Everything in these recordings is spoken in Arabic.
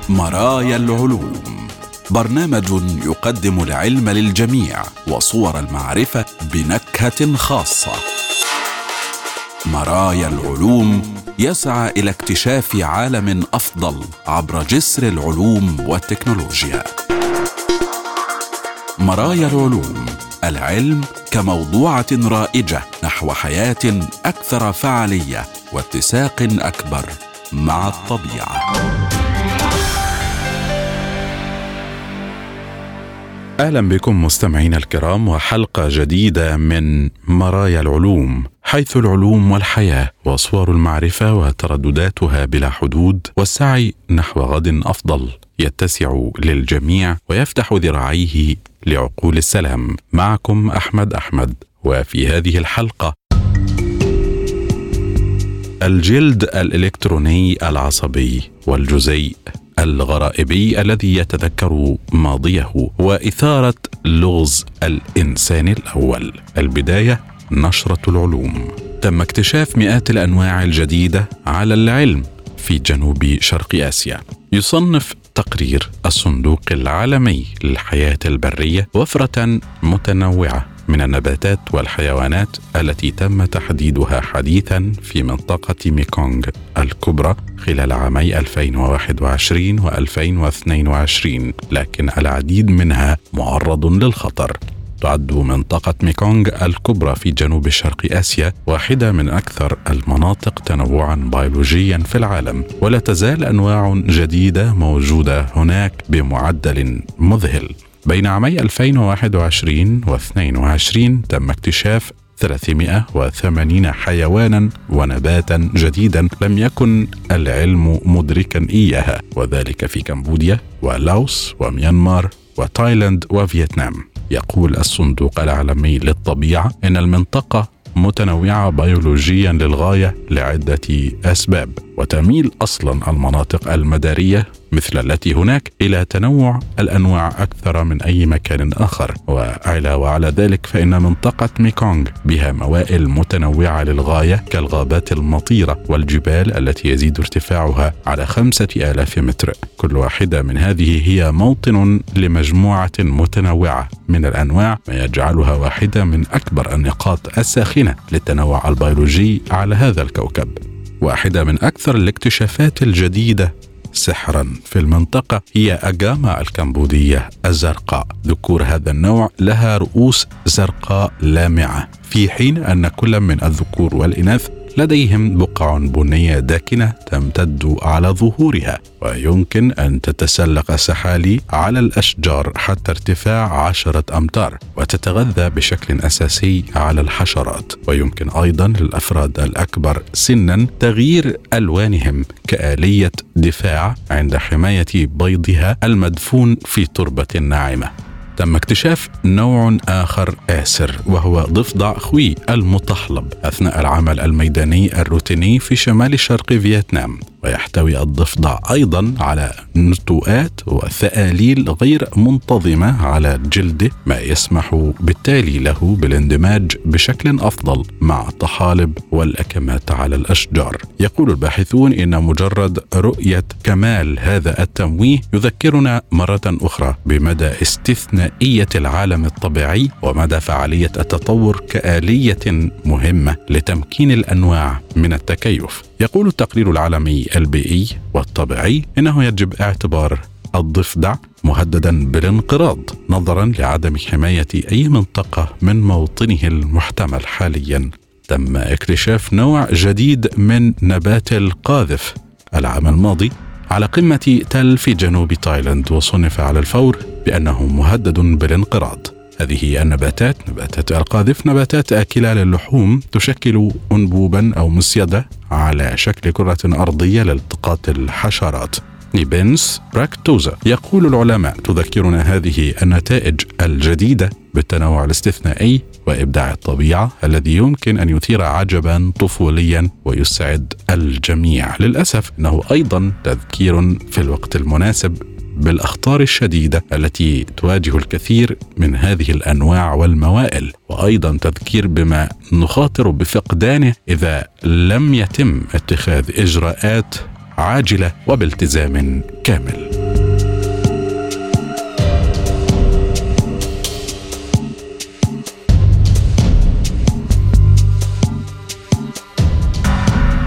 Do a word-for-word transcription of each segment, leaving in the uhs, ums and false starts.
مرايا العلوم، برنامج يقدم العلم للجميع وصور المعرفة بنكهة خاصة. مرايا العلوم يسعى إلى اكتشاف عالم أفضل عبر جسر العلوم والتكنولوجيا. مرايا العلوم، العلم كموضوعة رائجة نحو حياة أكثر فعالية واتساق أكبر مع الطبيعة. أهلا بكم مستمعينا الكرام، وحلقة جديدة من مرايا العلوم، حيث العلوم والحياة وصور المعرفة وتردداتها بلا حدود، والسعي نحو غد أفضل يتسع للجميع ويفتح ذراعيه لعقول السلام. معكم أحمد أحمد، وفي هذه الحلقة الجلد الإلكتروني العصبي والجزيء الغرائبي الذي يتذكر ماضيه، وإثارة لغز الإنسان الأول. البداية نشرة العلوم. تم اكتشاف مئات الأنواع الجديدة على العلم في جنوب شرق آسيا. يصنف تقرير الصندوق العالمي للحياة البرية وفرة متنوعة من النباتات والحيوانات التي تم تحديدها حديثا في منطقة ميكونغ الكبرى خلال عامي ألفين وواحد وعشرين وألفين واثنين وعشرين، لكن العديد منها معرض للخطر. تعد منطقة ميكونغ الكبرى في جنوب شرق آسيا واحدة من أكثر المناطق تنوعا بيولوجيا في العالم، ولا تزال أنواع جديدة موجودة هناك بمعدل مذهل. بين عامي ألفين وواحد وعشرين واثنين وعشرين تم اكتشاف ثلاثمائة وثمانين حيوانا ونباتا جديدا لم يكن العلم مدركا إياها، وذلك في كمبوديا ولاوس وميانمار وتايلاند وفيتنام. يقول الصندوق العالمي للطبيعة إن المنطقة متنوعة بيولوجيا للغاية لعدة أسباب، وتميل أصلا المناطق المدارية مثل التي هناك إلى تنوع الأنواع أكثر من أي مكان آخر. وعلاوة على ذلك فإن منطقة ميكونغ بها موائل متنوعة للغاية كالغابات المطيرة والجبال التي يزيد ارتفاعها على خمسة آلاف متر. كل واحدة من هذه هي موطن لمجموعة متنوعة من الأنواع، ما يجعلها واحدة من أكبر النقاط الساخنة للتنوع البيولوجي على هذا الكوكب. واحدة من أكثر الاكتشافات الجديدة سحرا في المنطقة هي أجاما الكمبودية الزرقاء. ذكور هذا النوع لها رؤوس زرقاء لامعة، في حين أن كل من الذكور والإناث لديهم بقع بنية داكنة تمتد على ظهورها، ويمكن أن تتسلق سحالي على الأشجار حتى ارتفاع عشرة أمتار، وتتغذى بشكل أساسي على الحشرات. ويمكن أيضا للأفراد الأكبر سنا تغيير ألوانهم كآلية دفاع عند حماية بيضها المدفون في تربة ناعمة. تم اكتشاف نوع آخر آسر، وهو ضفدع خوي المطحلب، أثناء العمل الميداني الروتيني في شمال شرق فيتنام. ويحتوي الضفدع أيضا على نتوءات وثآليل غير منتظمة على جلده، ما يسمح بالتالي له بالاندماج بشكل أفضل مع الطحالب والأكمات على الأشجار. يقول الباحثون إن مجرد رؤية كمال هذا التمويه يذكرنا مرة أخرى بمدى استثنائية العالم الطبيعي ومدى فعالية التطور كآلية مهمة لتمكين الأنواع من التكيف. يقول التقرير العالمي البيئي والطبيعي إنه يجب اعتبار الضفدع مهددا بالانقراض نظرا لعدم حماية أي منطقة من موطنه المحتمل حاليا. تم اكتشاف نوع جديد من نبات القاذف العام الماضي على قمة تل في جنوب تايلاند، وصنف على الفور بأنه مهدد بالانقراض. هذه النباتات نباتات القاذف نباتات آكلة للحوم، تشكل أنبوبا أو مسيدة على شكل كرة أرضية لالتقاط الحشرات نيبنس براكتوزا. يقول العلماء تذكرنا هذه النتائج الجديدة بالتنوع الاستثنائي وإبداع الطبيعة الذي يمكن أن يثير عجبا طفوليا ويسعد الجميع. للأسف أنه أيضا تذكير في الوقت المناسب بالأخطار الشديدة التي تواجه الكثير من هذه الأنواع والموائل، وأيضا تذكير بما نخاطر بفقدانه إذا لم يتم اتخاذ إجراءات عاجلة وبالتزام كامل.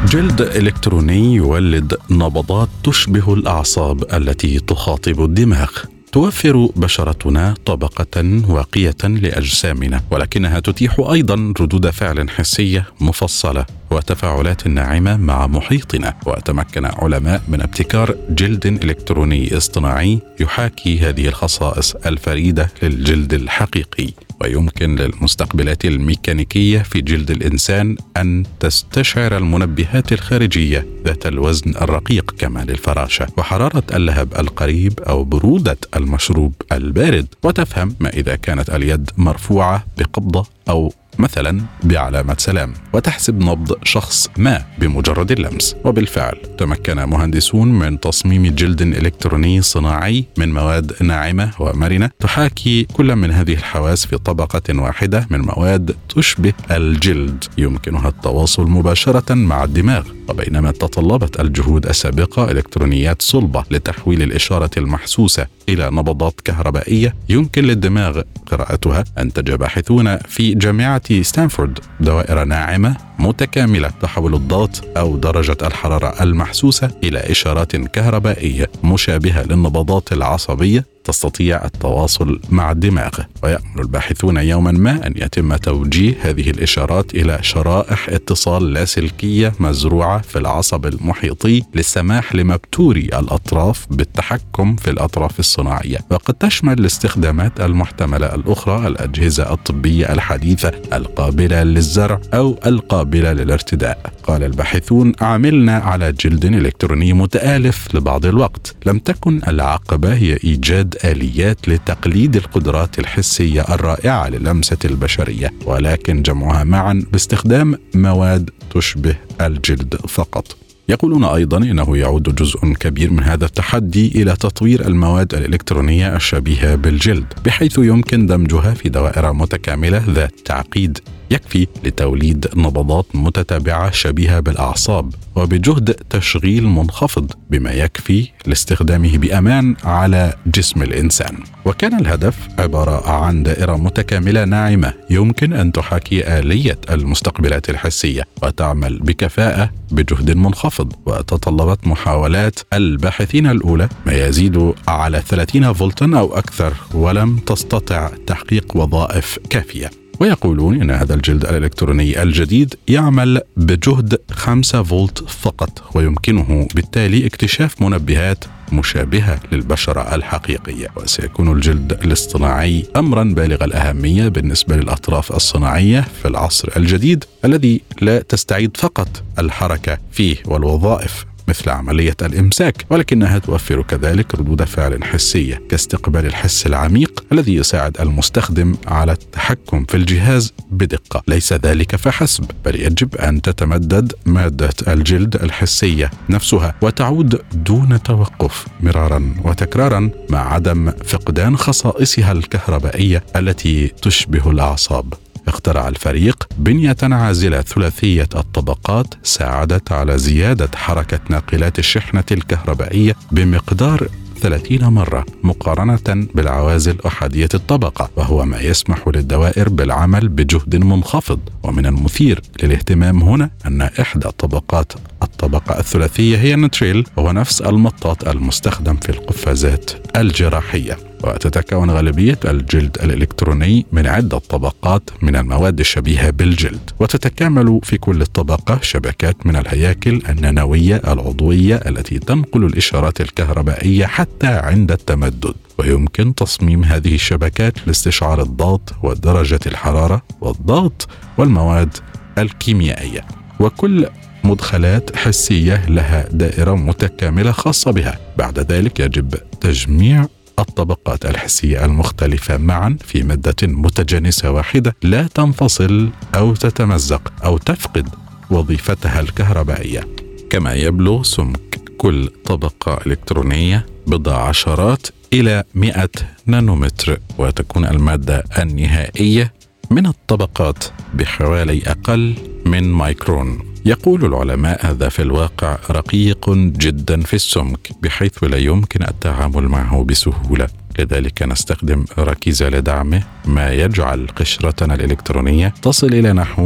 جلد إلكتروني يولد نبضات تشبه الأعصاب التي تخاطب الدماغ. توفر بشرتنا طبقة واقية لأجسامنا، ولكنها تتيح أيضا ردود فعل حسية مفصلة وتفاعلات ناعمة مع محيطنا. وتمكن علماء من ابتكار جلد إلكتروني اصطناعي يحاكي هذه الخصائص الفريدة للجلد الحقيقي. ويمكن للمستقبلات الميكانيكية في جلد الإنسان أن تستشعر المنبهات الخارجية ذات الوزن الرقيق كما للفراشة وحرارة اللهب القريب أو برودة المشروب البارد، وتفهم ما إذا كانت اليد مرفوعة بقبضة أو مثلا بعلامة سلام، وتحسب نبض شخص ما بمجرد اللمس. وبالفعل تمكن مهندسون من تصميم جلد إلكتروني صناعي من مواد ناعمة ومرنة تحاكي كل من هذه الحواس في طبقة واحدة من مواد تشبه الجلد يمكنها التواصل مباشرة مع الدماغ. وبينما تطلبت الجهود السابقة إلكترونيات صلبة لتحويل الإشارة المحسوسة إلى نبضات كهربائية يمكن للدماغ قراءتها، أنتج باحثون في جامعة ستانفورد دوائر ناعمة متكاملة تحول الضغط أو درجة الحرارة المحسوسة إلى إشارات كهربائية مشابهة للنبضات العصبية تستطيع التواصل مع الدماغ. ويأمل الباحثون يوما ما أن يتم توجيه هذه الإشارات إلى شرائح اتصال لاسلكية مزروعة في العصب المحيطي للسماح لمبتوري الأطراف بالتحكم في الأطراف الصناعية. وقد تشمل الاستخدامات المحتملة الأخرى الأجهزة الطبية الحديثة القابلة للزرع أو القابلة للارتداء. قال الباحثون: عملنا على جلد إلكتروني متآلف لبعض الوقت. لم تكن العقبة هي إيجاد آليات لتقليد القدرات الحسية الرائعة للمسة البشرية، ولكن جمعها معا باستخدام مواد تشبه الجلد فقط. يقولون أيضا إنه يعود جزء كبير من هذا التحدي إلى تطوير المواد الإلكترونية الشبيهة بالجلد، بحيث يمكن دمجها في دوائر متكاملة ذات تعقيد يكفي لتوليد نبضات متتابعة شبيهة بالأعصاب وبجهد تشغيل منخفض بما يكفي لاستخدامه بأمان على جسم الإنسان. وكان الهدف عبارة عن دائرة متكاملة ناعمة يمكن أن تحاكي آلية المستقبلات الحسية وتعمل بكفاءة بجهد منخفض. وتطلبت محاولات الباحثين الأولى ما يزيد على ثلاثين فولتا أو أكثر، ولم تستطع تحقيق وظائف كافية. ويقولون إن هذا الجلد الإلكتروني الجديد يعمل بجهد خمسة فولت فقط، ويمكنه بالتالي اكتشاف منبهات مشابهة للبشرة الحقيقية. وسيكون الجلد الاصطناعي أمرا بالغ الأهمية بالنسبة للأطراف الصناعية في العصر الجديد الذي لا تستعيد فقط الحركة فيه والوظائف مثل عملية الإمساك، ولكنها توفر كذلك ردود فعل حسية كاستقبال الحس العميق الذي يساعد المستخدم على التحكم في الجهاز بدقة. ليس ذلك فحسب، بل يجب أن تتمدد مادة الجلد الحسية نفسها وتعود دون توقف مرارا وتكرارا مع عدم فقدان خصائصها الكهربائية التي تشبه الأعصاب. اخترع الفريق بنية عازلة ثلاثية الطبقات ساعدت على زيادة حركة ناقلات الشحنة الكهربائية بمقدار ثلاثين مرة مقارنة بالعوازل أحادية الطبقة، وهو ما يسمح للدوائر بالعمل بجهد منخفض. ومن المثير للاهتمام هنا أن إحدى طبقات الطبقة الثلاثية هي النتريل، وهو نفس المطاط المستخدم في القفازات الجراحية. وتتكون غالبية الجلد الإلكتروني من عدة طبقات من المواد الشبيهة بالجلد، وتتكامل في كل طبقة شبكات من الهياكل النانوية العضوية التي تنقل الإشارات الكهربائية حتى عند التمدد. ويمكن تصميم هذه الشبكات لاستشعار الضغط ودرجة الحرارة والضغط والمواد الكيميائية، وكل مدخلات حسية لها دائرة متكاملة خاصة بها. بعد ذلك يجب تجميع الطبقات الحسية المختلفة معا في مادة متجانسة واحدة لا تنفصل أو تتمزق أو تفقد وظيفتها الكهربائية. كما يبلغ سمك كل طبقة إلكترونية بضع عشرات إلى مئة نانومتر، وتكون المادة النهائية من الطبقات بحوالي أقل من مايكرون. يقول العلماء هذا في الواقع رقيق جدا في السمك بحيث لا يمكن التعامل معه بسهولة، لذلك نستخدم ركيزة لدعمه، ما يجعل قشرتنا الإلكترونية تصل إلى نحو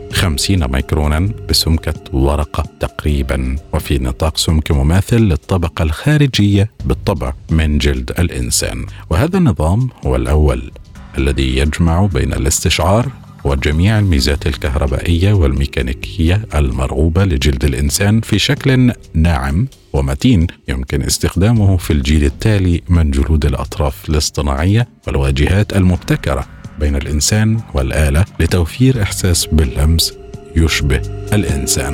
خمسين ميكرونا بسمكة ورقة تقريبا، وفي نطاق سمك مماثل للطبقة الخارجية بالطبع من جلد الإنسان. وهذا النظام هو الأول الذي يجمع بين الاستشعار وجميع الميزات الكهربائية والميكانيكية المرغوبة لجلد الإنسان في شكل ناعم ومتين يمكن استخدامه في الجيل التالي من جلود الأطراف الاصطناعية والواجهات المبتكرة بين الإنسان والآلة لتوفير إحساس باللمس يشبه الإنسان.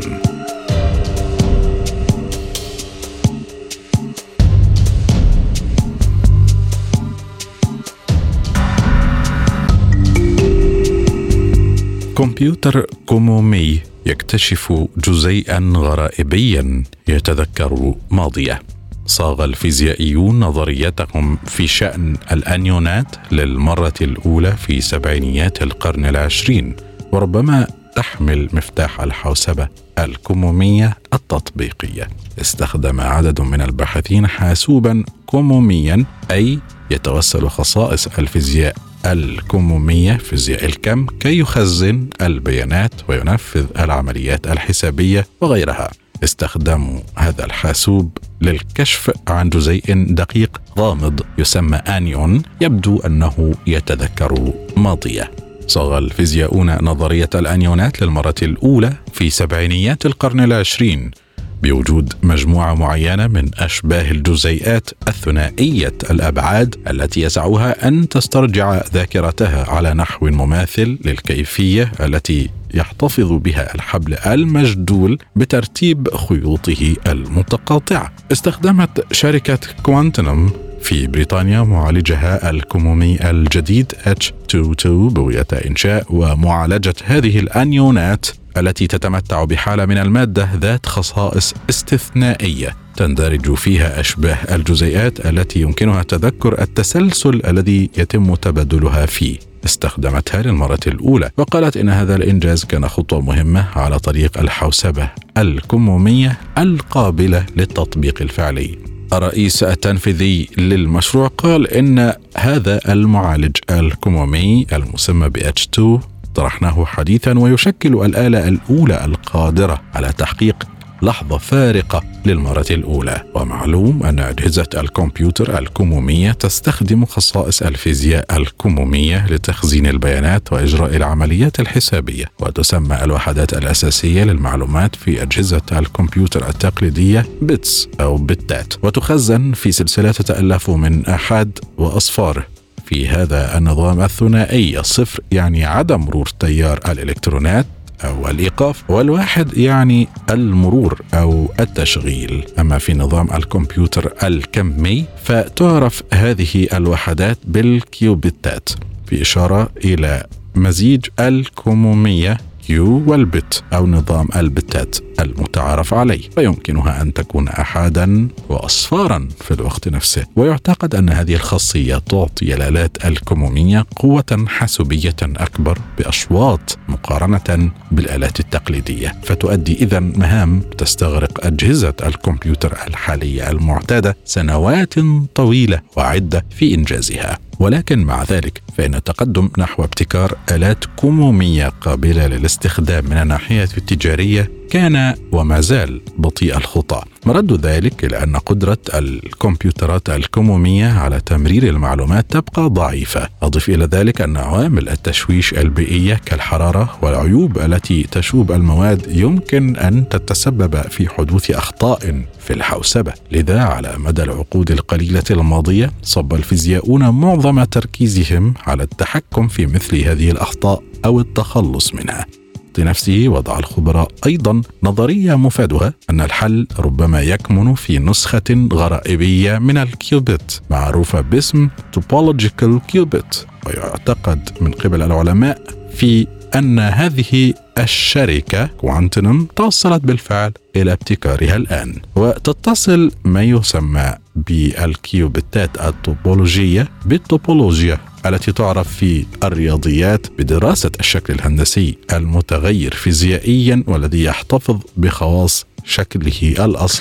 كمبيوتر كومومي يكتشف جزيئا غرائبيا يتذكر ماضيه. صاغ الفيزيائيون نظريتهم في شأن الأنيونات للمرة الأولى في سبعينيات القرن العشرين، وربما تحمل مفتاح الحوسبة الكمومية التطبيقية. استخدم عدد من الباحثين حاسوبا كموميا، أي يتوسل خصائص الفيزياء الكمومية فيزياء الكم كي يخزن البيانات وينفذ العمليات الحسابية وغيرها. استخدموا هذا الحاسوب للكشف عن جزيء دقيق غامض يسمى آنيون يبدو أنه يتذكر ماضيه. صاغ الفيزياؤون نظرية الأنيونات للمرة الأولى في سبعينيات القرن العشرين بوجود مجموعة معينة من أشباه الجزيئات الثنائية الأبعاد التي يسعها أن تسترجع ذاكرتها على نحو مماثل للكيفية التي يحتفظ بها الحبل المجدول بترتيب خيوطه المتقاطعة. استخدمت شركة كوانتم في بريطانيا معالجها الكمومي الجديد إتش اثنين اثنين بغية إنشاء ومعالجة هذه الأنيونات التي تتمتع بحالة من المادة ذات خصائص استثنائية تندرج فيها أشباه الجزيئات التي يمكنها تذكر التسلسل الذي يتم تبادلها فيه. استخدمتها للمرة الأولى وقالت إن هذا الإنجاز كان خطوة مهمة على طريق الحوسبة الكمومية القابلة للتطبيق الفعلي. الرئيس التنفيذي للمشروع قال إن هذا المعالج الكمومي المسمى ب إتش اثنين طرحناه حديثا ويشكل الآلة الأولى القادرة على تحقيق لحظة فارقة للمرة الأولى. ومعلوم أن أجهزة الكمبيوتر الكمومية تستخدم خصائص الفيزياء الكمومية لتخزين البيانات وإجراء العمليات الحسابية، وتسمى الوحدات الأساسية للمعلومات في أجهزة الكمبيوتر التقليدية بيتس أو بتات، وتخزن في سلسلة تتألف من أحاد وأصفار. في هذا النظام الثنائي الصفر يعني عدم مرور تيار الإلكترونات أو الإيقاف، والواحد يعني المرور أو التشغيل. أما في نظام الكمبيوتر الكمي فتعرف هذه الوحدات بالكيوبيتات، في إشارة إلى مزيج الكمومية كيو والبت أو نظام البتات المتعارف عليه، فيمكنها أن تكون أحادا وأصفارا في الوقت نفسه. ويعتقد أن هذه الخاصية تعطي الآلات الكمومية قوة حاسوبية أكبر بأشواط مقارنة بالآلات التقليدية، فتؤدي إذن مهام تستغرق أجهزة الكمبيوتر الحالية المعتادة سنوات طويلة وعدة في إنجازها. ولكن مع ذلك فإن التقدم نحو ابتكار آلات كمومية قابلة للاستخدام من الناحية التجارية كان وما زال بطيء الخطى. مرد ذلك إلى أن قدرة الكمبيوترات الكمومية على تمرير المعلومات تبقى ضعيفة. أضف إلى ذلك أن عوامل التشويش البيئية كالحرارة والعيوب التي تشوب المواد يمكن أن تتسبب في حدوث أخطاء في الحوسبة. لذا على مدى العقود القليلة الماضية صب الفيزياؤون معظم تركيزهم على التحكم في مثل هذه الأخطاء أو التخلص منها. نفسه وضع الخبراء أيضا نظرية مفادها أن الحل ربما يكمن في نسخة غرائبية من الكيوبيت معروفة باسم توبولوجيكال كيوبيت. ويعتقد من قبل العلماء في أن هذه الشركة كوانتم توصلت بالفعل إلى ابتكارها الآن، وتتصل ما يسمى بالكيوبيتات الطوبولوجية بالطوبولوجيا التي تعرف في الرياضيات بدراسة الشكل الهندسي المتغير فيزيائيا والذي يحتفظ بخواص شكله الأصلي.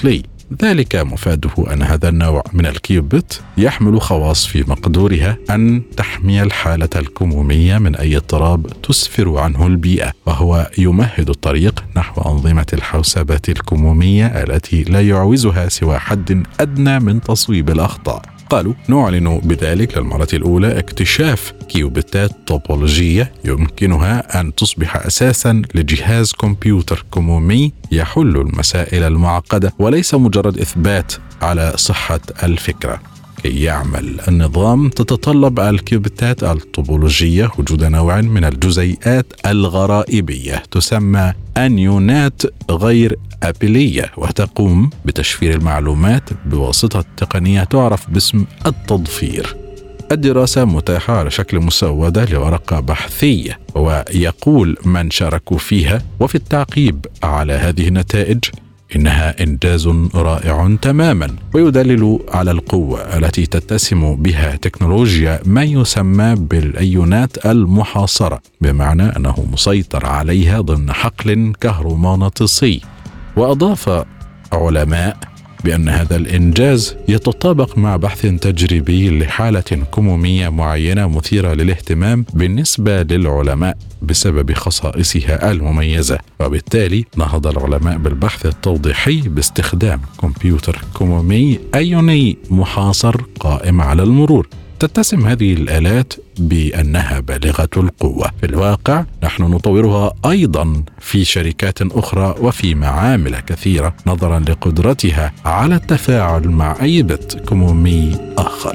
ذلك مفاده أن هذا النوع من الكيوبت يحمل خواص في مقدورها أن تحمي الحالة الكمومية من أي اضطراب تسفر عنه البيئة، وهو يمهد الطريق نحو أنظمة الحوسبة الكمومية التي لا يعوزها سوى حد أدنى من تصويب الأخطاء. قالوا نعلن بذلك للمرة الأولى اكتشاف كيوبتات طوبولوجية يمكنها أن تصبح أساساً لجهاز كمبيوتر كمومي يحل المسائل المعقدة وليس مجرد إثبات على صحة الفكرة. كي يعمل النظام تتطلب الكيوبتات الطوبولوجية وجود نوع من الجزيئات الغرائبية تسمى أنيونات غير أبلية، وتقوم بتشفير المعلومات بواسطة تقنية تعرف باسم التضفير. الدراسة متاحة على شكل مسودة لورقة بحثية، ويقول من شاركوا فيها وفي التعقيب على هذه النتائج إنها إنجاز رائع تماما، ويدلل على القوة التي تتسم بها تكنولوجيا ما يسمى بالأيونات المحاصرة، بمعنى أنه مسيطر عليها ضمن حقل كهرومغناطيسي. وأضاف علماء بأن هذا الإنجاز يتطابق مع بحث تجريبي لحالة كمومية معينة مثيرة للاهتمام بالنسبة للعلماء بسبب خصائصها المميزة، وبالتالي نهض العلماء بالبحث التوضيحي باستخدام كمبيوتر كمومي أيوني محاصر قائم على المرور. تتسم هذه الآلات بأنها بالغة القوة. في الواقع نحن نطورها أيضا في شركات أخرى وفي معامل كثيرة نظرا لقدرتها على التفاعل مع أي بت كمومي آخر.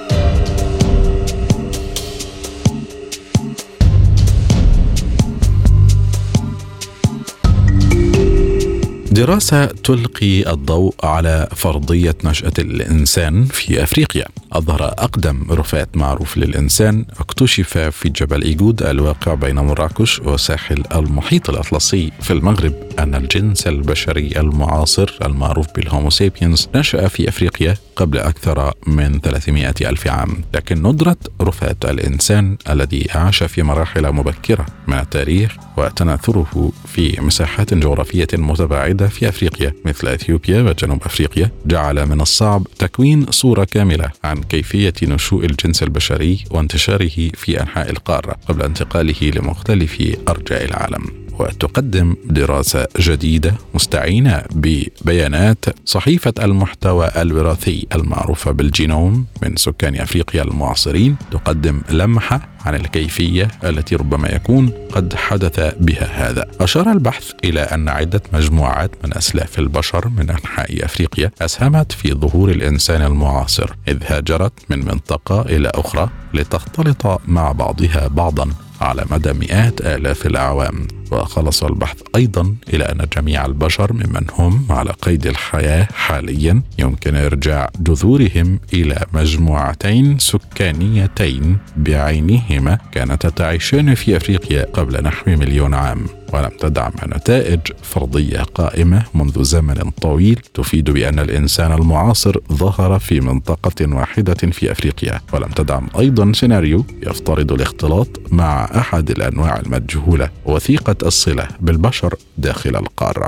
دراسة تلقي الضوء على فرضية نشأة الإنسان في أفريقيا. أظهر أقدم رفات معروف للإنسان اكتشف في جبل إيجود الواقع بين مراكش وساحل المحيط الأطلسي في المغرب أن الجنس البشري المعاصر المعروف بالهومو سابينز نشأ في أفريقيا قبل أكثر من ثلاثمائة ألف عام، لكن ندرة رفات الإنسان الذي عاش في مراحل مبكرة من التاريخ وتناثره في مساحات جغرافية متباعدة في أفريقيا مثل أثيوبيا وجنوب أفريقيا جعل من الصعب تكوين صورة كاملة عن كيفية نشوء الجنس البشري وانتشاره في أنحاء القارة قبل انتقاله لمختلف أرجاء العالم. وتقدم دراسة جديدة مستعينة ببيانات صحيفة المحتوى الوراثي المعروفة بالجينوم من سكان أفريقيا المعاصرين تقدم لمحة عن الكيفية التي ربما يكون قد حدث بها هذا. أشار البحث إلى أن عدة مجموعات من أسلاف البشر من أنحاء أفريقيا أسهمت في ظهور الإنسان المعاصر، إذ هاجرت من منطقة إلى أخرى لتختلط مع بعضها بعضا على مدى مئات آلاف الأعوام. وخلص البحث أيضا إلى أن جميع البشر ممن هم على قيد الحياة حاليا يمكن إرجاع جذورهم إلى مجموعتين سكانيتين بعينهما كانتا تعيشان في أفريقيا قبل نحو مليون عام، ولم تدعم نتائج فرضية قائمة منذ زمن طويل تفيد بأن الإنسان المعاصر ظهر في منطقة واحدة في أفريقيا، ولم تدعم أيضا سيناريو يفترض الاختلاط مع أحد الأنواع المجهولة وثيقة الصلة بالبشر داخل القارة.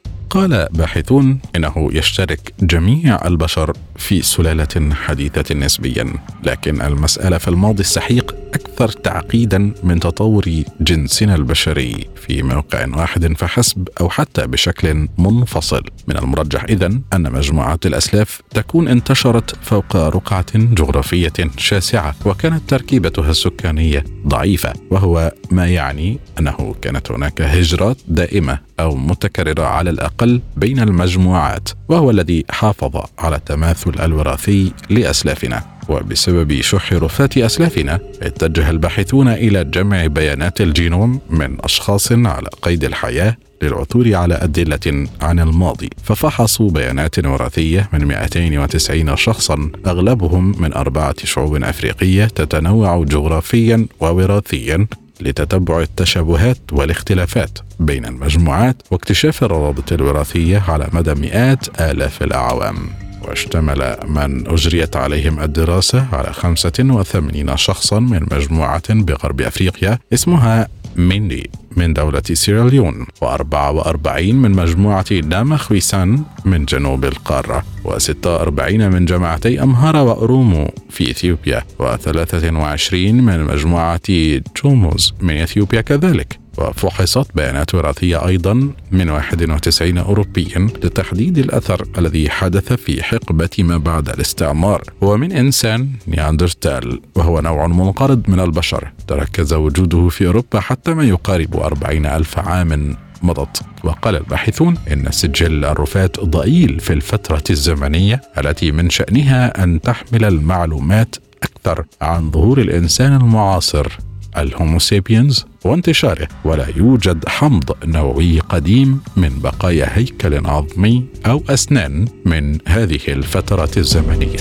قال باحثون إنه يشترك جميع البشر في سلالة حديثة نسبيا، لكن المسألة في الماضي السحيق أكثر تعقيدا من تطور جنسنا البشري في موقع واحد فحسب أو حتى بشكل منفصل. من المرجح إذن أن مجموعات الأسلاف تكون انتشرت فوق رقعة جغرافية شاسعة وكانت تركيبتها السكانية ضعيفة، وهو ما يعني أنه كانت هناك هجرات دائمة أو متكررة على الأقل بين المجموعات، وهو الذي حافظ على التماثل الوراثي لأسلافنا. وبسبب شح رفات أسلافنا اتجه الباحثون إلى جمع بيانات الجينوم من أشخاص على قيد الحياة للعثور على أدلة عن الماضي، ففحصوا بيانات وراثية من مئتين وتسعين شخصا أغلبهم من أربعة شعوب أفريقية تتنوع جغرافيا ووراثيا لتتبع التشابهات والاختلافات بين المجموعات واكتشاف الروابط الوراثية على مدى مئات آلاف الأعوام. واشتمل من أجريت عليهم الدراسة على خمسة وثمانين شخصا من مجموعة بغرب أفريقيا اسمها ميندي من دولة سيراليون، وأربعة وأربعين من مجموعة نامخويسان من جنوب القارة، وستة وأربعين من جماعتي أمهارا وأورومو في إثيوبيا، وثلاثة وعشرين من مجموعة توموز من إثيوبيا كذلك. وفحصت بيانات وراثية أيضا من واحد وتسعين أوروبيا لتحديد الأثر الذي حدث في حقبة ما بعد الاستعمار، ومن إنسان نياندرتال، وهو نوع منقرض من البشر تركز وجوده في أوروبا حتى ما يقارب أربعين ألف عام مضت. وقال الباحثون إن سجل الرفات ضئيل في الفترة الزمنية التي من شأنها أن تحمل المعلومات أكثر عن ظهور الإنسان المعاصر الهوموسابينز وانتشاره، ولا يوجد حمض نووي قديم من بقايا هيكل عظمي أو أسنان من هذه الفترة الزمنية.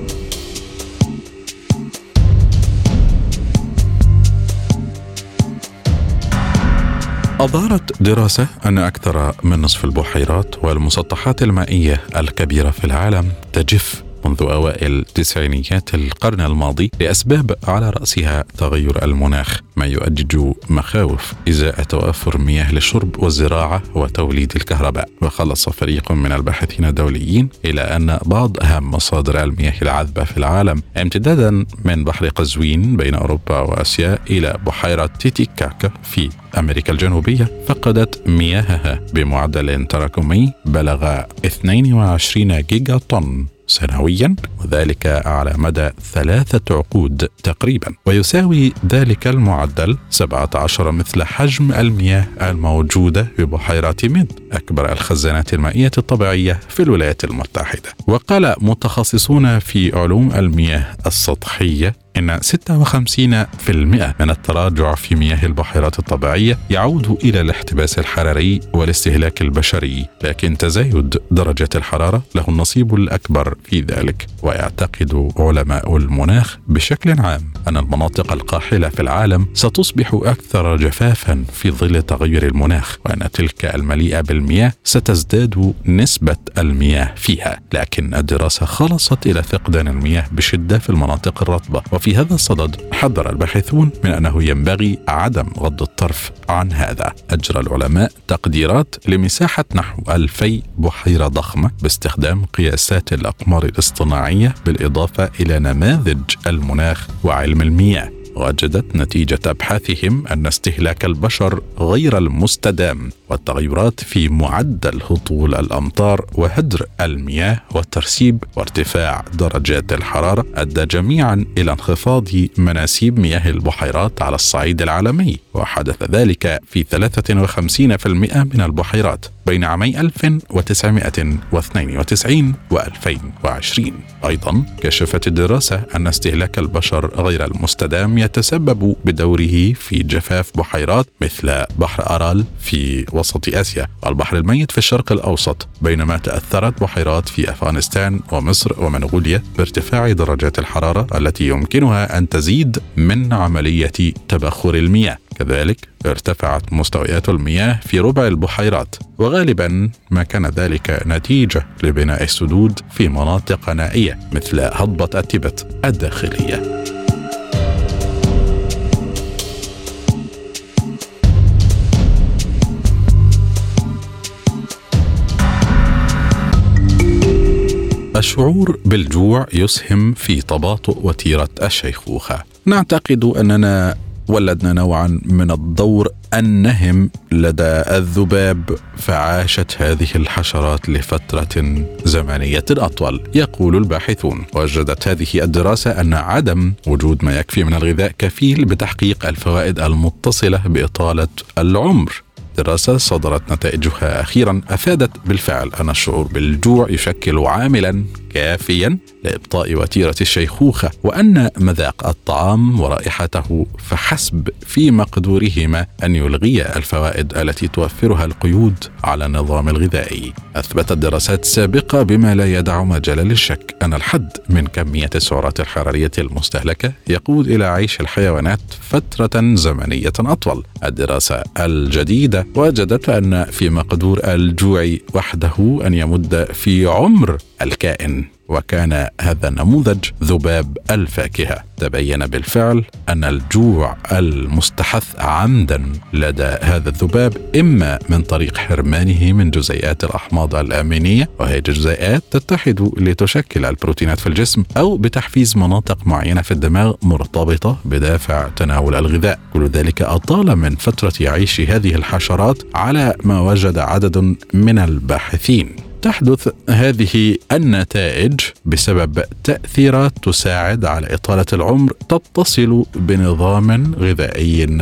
أظهرت دراسة أن أكثر من نصف البحيرات والمسطحات المائية الكبيرة في العالم تجف منذ أوائل تسعينيات القرن الماضي لأسباب على رأسها تغير المناخ، ما يؤجج مخاوف إزاء توافر مياه للشرب والزراعة وتوليد الكهرباء. وخلص فريق من الباحثين الدوليين إلى أن بعض أهم مصادر المياه العذبة في العالم امتدادا من بحر قزوين بين أوروبا وآسيا إلى بحيرة تيتيكاكا في أمريكا الجنوبية فقدت مياهها بمعدل تراكمي بلغ اثنين وعشرين جيجا طن سنويا، وذلك على مدى ثلاثة عقود تقريبا، ويساوي ذلك المعدل سبعة عشر مثل حجم المياه الموجودة ببحيرة ميد أكبر الخزانات المائية الطبيعية في الولايات المتحدة. وقال متخصصون في علوم المياه السطحية إن ستة وخمسين بالمئة من التراجع في مياه البحيرات الطبيعية يعود إلى الاحتباس الحراري والاستهلاك البشري، لكن تزايد درجة الحرارة له النصيب الأكبر في ذلك. ويعتقد علماء المناخ بشكل عام أن المناطق القاحلة في العالم ستصبح أكثر جفافا في ظل تغير المناخ، وأن تلك المليئة بالمياه ستزداد نسبة المياه فيها، لكن الدراسة خلصت إلى فقدان المياه بشدة في المناطق الرطبة. وفي هذا الصدد حذر الباحثون من أنه ينبغي عدم غض الطرف عن هذا. أجرى العلماء تقديرات لمساحة نحو ألفي بحيرة ضخمة باستخدام قياسات الأقمار الاصطناعية بالإضافة إلى نماذج المناخ وعلم المياه. وجدت نتيجة أبحاثهم أن استهلاك البشر غير المستدام والتغيرات في معدل هطول الأمطار وهدر المياه والترسيب وارتفاع درجات الحرارة أدى جميعا إلى انخفاض مناسيب مياه البحيرات على الصعيد العالمي، وحدث ذلك في ثلاثة وخمسين بالمئة من البحيرات بين عامي ألف وتسعمائة واثنين وتسعين وألفين وعشرين. أيضا كشفت الدراسة أن استهلاك البشر غير المستدام يتسبب بدوره في جفاف بحيرات مثل بحر أرال في وسط آسيا والبحر الميت في الشرق الأوسط، بينما تأثرت بحيرات في أفغانستان ومصر ومنغوليا بارتفاع درجات الحرارة التي يمكنها أن تزيد من عملية تبخر المياه. كذلك ارتفعت مستويات المياه في ربع البحيرات، وغالبا ما كان ذلك نتيجة لبناء السدود في مناطق نائية مثل هضبة التبت الداخلية. الشعور بالجوع يسهم في تباطؤ وتيرة الشيخوخة. نعتقد أننا ولدنا نوعا من الدور النهم لدى الذباب، فعاشت هذه الحشرات لفترة زمنية أطول. يقول الباحثون وجدت هذه الدراسة أن عدم وجود ما يكفي من الغذاء كفيل بتحقيق الفوائد المتصلة بإطالة العمر. دراسة صدرت نتائجها أخيرا أفادت بالفعل أن الشعور بالجوع يشكل عاملا كافيا لإبطاء وتيرة الشيخوخة، وأن مذاق الطعام ورائحته فحسب في مقدورهما أن يلغي الفوائد التي توفرها القيود على النظام الغذائي. أثبتت دراسات سابقة بما لا يدع مجال للشك أن الحد من كمية السعرات الحرارية المستهلكة يقود إلى عيش الحيوانات فترة زمنية أطول. الدراسة الجديدة وجدت أن في مقدور الجوع وحده أن يمد في عمر الكائن وكان هذا النموذج ذباب الفاكهة. تبين بالفعل أن الجوع المستحث عمدا لدى هذا الذباب إما من طريق حرمانه من جزيئات الأحماض الأمينية، وهي جزيئات تتحد لتشكل البروتينات في الجسم، أو بتحفيز مناطق معينة في الدماغ مرتبطة بدافع تناول الغذاء. كل ذلك أطال من فترة عيش هذه الحشرات على ما وجد عدد من الباحثين. تحدث هذه النتائج بسبب تأثيرات تساعد على إطالة العمر تتصل بنظام غذائي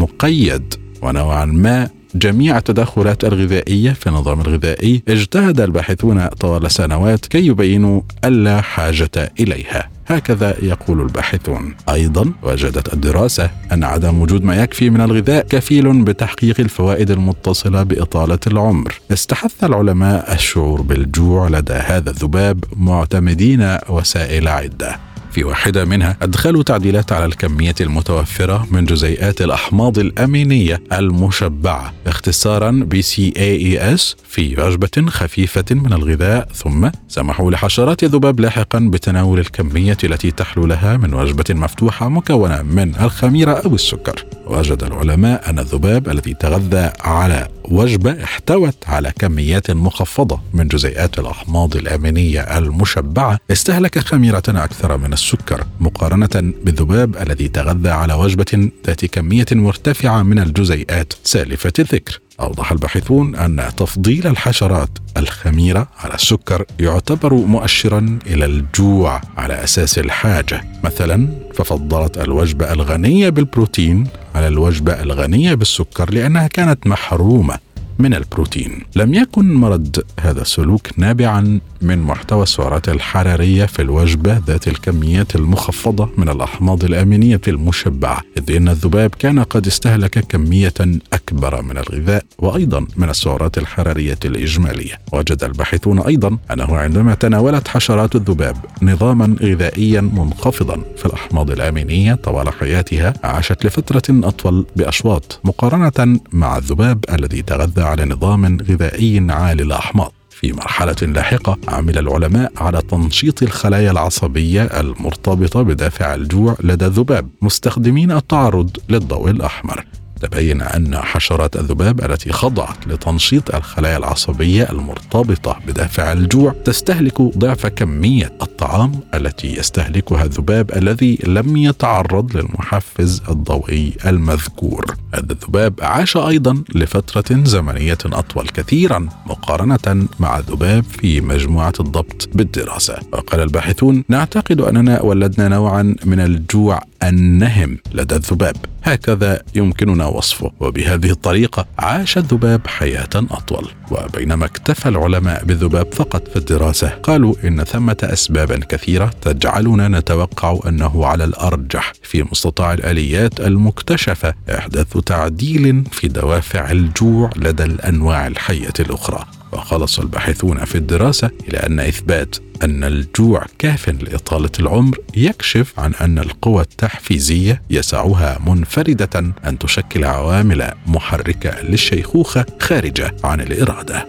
مقيد. ونوعا ما جميع التدخلات الغذائية في النظام الغذائي اجتهد الباحثون طوال سنوات كي يبينوا ألا حاجة إليها، هكذا يقول الباحثون. أيضا وجدت الدراسة أن عدم وجود ما يكفي من الغذاء كفيل بتحقيق الفوائد المتصلة بإطالة العمر. استحث العلماء الشعور بالجوع لدى هذا الذباب معتمدين وسائل عدة. في واحدة منها أدخلوا تعديلات على الكمية المتوفرة من جزيئات الأحماض الأمينية المشبعة، اختصارا بي سي إيه إي إس، في وجبة خفيفة من الغذاء، ثم سمحوا لحشرات الذباب لاحقا بتناول الكمية التي تحلو لها من وجبة مفتوحة مكونة من الخميرة أو السكر. وجد العلماء أن الذباب الذي تغذى على وجبة احتوت على كميات مخفضة من جزيئات الأحماض الأمينية المشبعة استهلك خميرة أكثر من السكر، مقارنة بالذباب الذي تغذى على وجبة ذات كمية مرتفعة من الجزيئات سالفة الذكر. أوضح الباحثون أن تفضيل الحشرات الخميرة على السكر يعتبر مؤشرا إلى الجوع على أساس الحاجة. مثلا ففضلت الوجبة الغنية بالبروتين على الوجبة الغنية بالسكر لأنها كانت محرومة من البروتين. لم يكن مرض هذا السلوك نابعا من محتوى السعرات الحرارية في الوجبة ذات الكميات المخفضة من الأحماض الأمينية المشبعة، إذ إن الذباب كان قد استهلك كمية أكبر من الغذاء وأيضا من السعرات الحرارية الإجمالية. وجد الباحثون أيضا أنه عندما تناولت حشرات الذباب نظاما غذائيا منخفضا في الأحماض الأمينية طوال حياتها، عاشت لفترة أطول بأشواط مقارنة مع الذباب الذي تغذى على نظام غذائي عالي الأحماض. في مرحلة لاحقة عمل العلماء على تنشيط الخلايا العصبية المرتبطة بدافع الجوع لدى الذباب مستخدمين التعرض للضوء الأحمر. تبين أن حشرات الذباب التي خضعت لتنشيط الخلايا العصبية المرتبطة بدافع الجوع تستهلك ضعف كمية الطعام التي يستهلكها الذباب الذي لم يتعرض للمحفز الضوئي المذكور. هذا الذباب عاش أيضا لفترة زمنية أطول كثيرا مقارنة مع الذباب في مجموعة الضبط بالدراسة. وقال الباحثون: نعتقد أننا ولدنا نوعا من الجوع النهم لدى الذباب، هكذا يمكننا وصفه، وبهذه الطريقة عاش الذباب حياة أطول. وبينما اكتفى العلماء بالذباب فقط في الدراسة، قالوا إن ثمة أسبابا كثيرة تجعلنا نتوقع أنه على الأرجح في مستطاع الآليات المكتشفة إحداث تعديل في دوافع الجوع لدى الأنواع الحية الأخرى. وخلص الباحثون في الدراسة إلى أن إثبات أن الجوع كاف لإطالة العمر يكشف عن أن القوى التحفيزية يسعها منفردة أن تشكل عوامل محركة للشيخوخة خارجة عن الإرادة.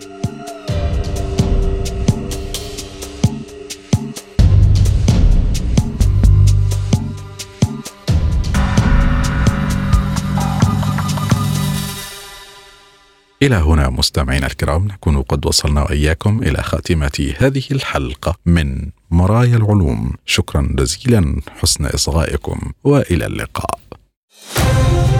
إلى هنا مستمعينا الكرام نكون قد وصلنا وإياكم إلى خاتمة هذه الحلقة من مرايا العلوم. شكرا جزيلا حسن إصغائكم وإلى اللقاء.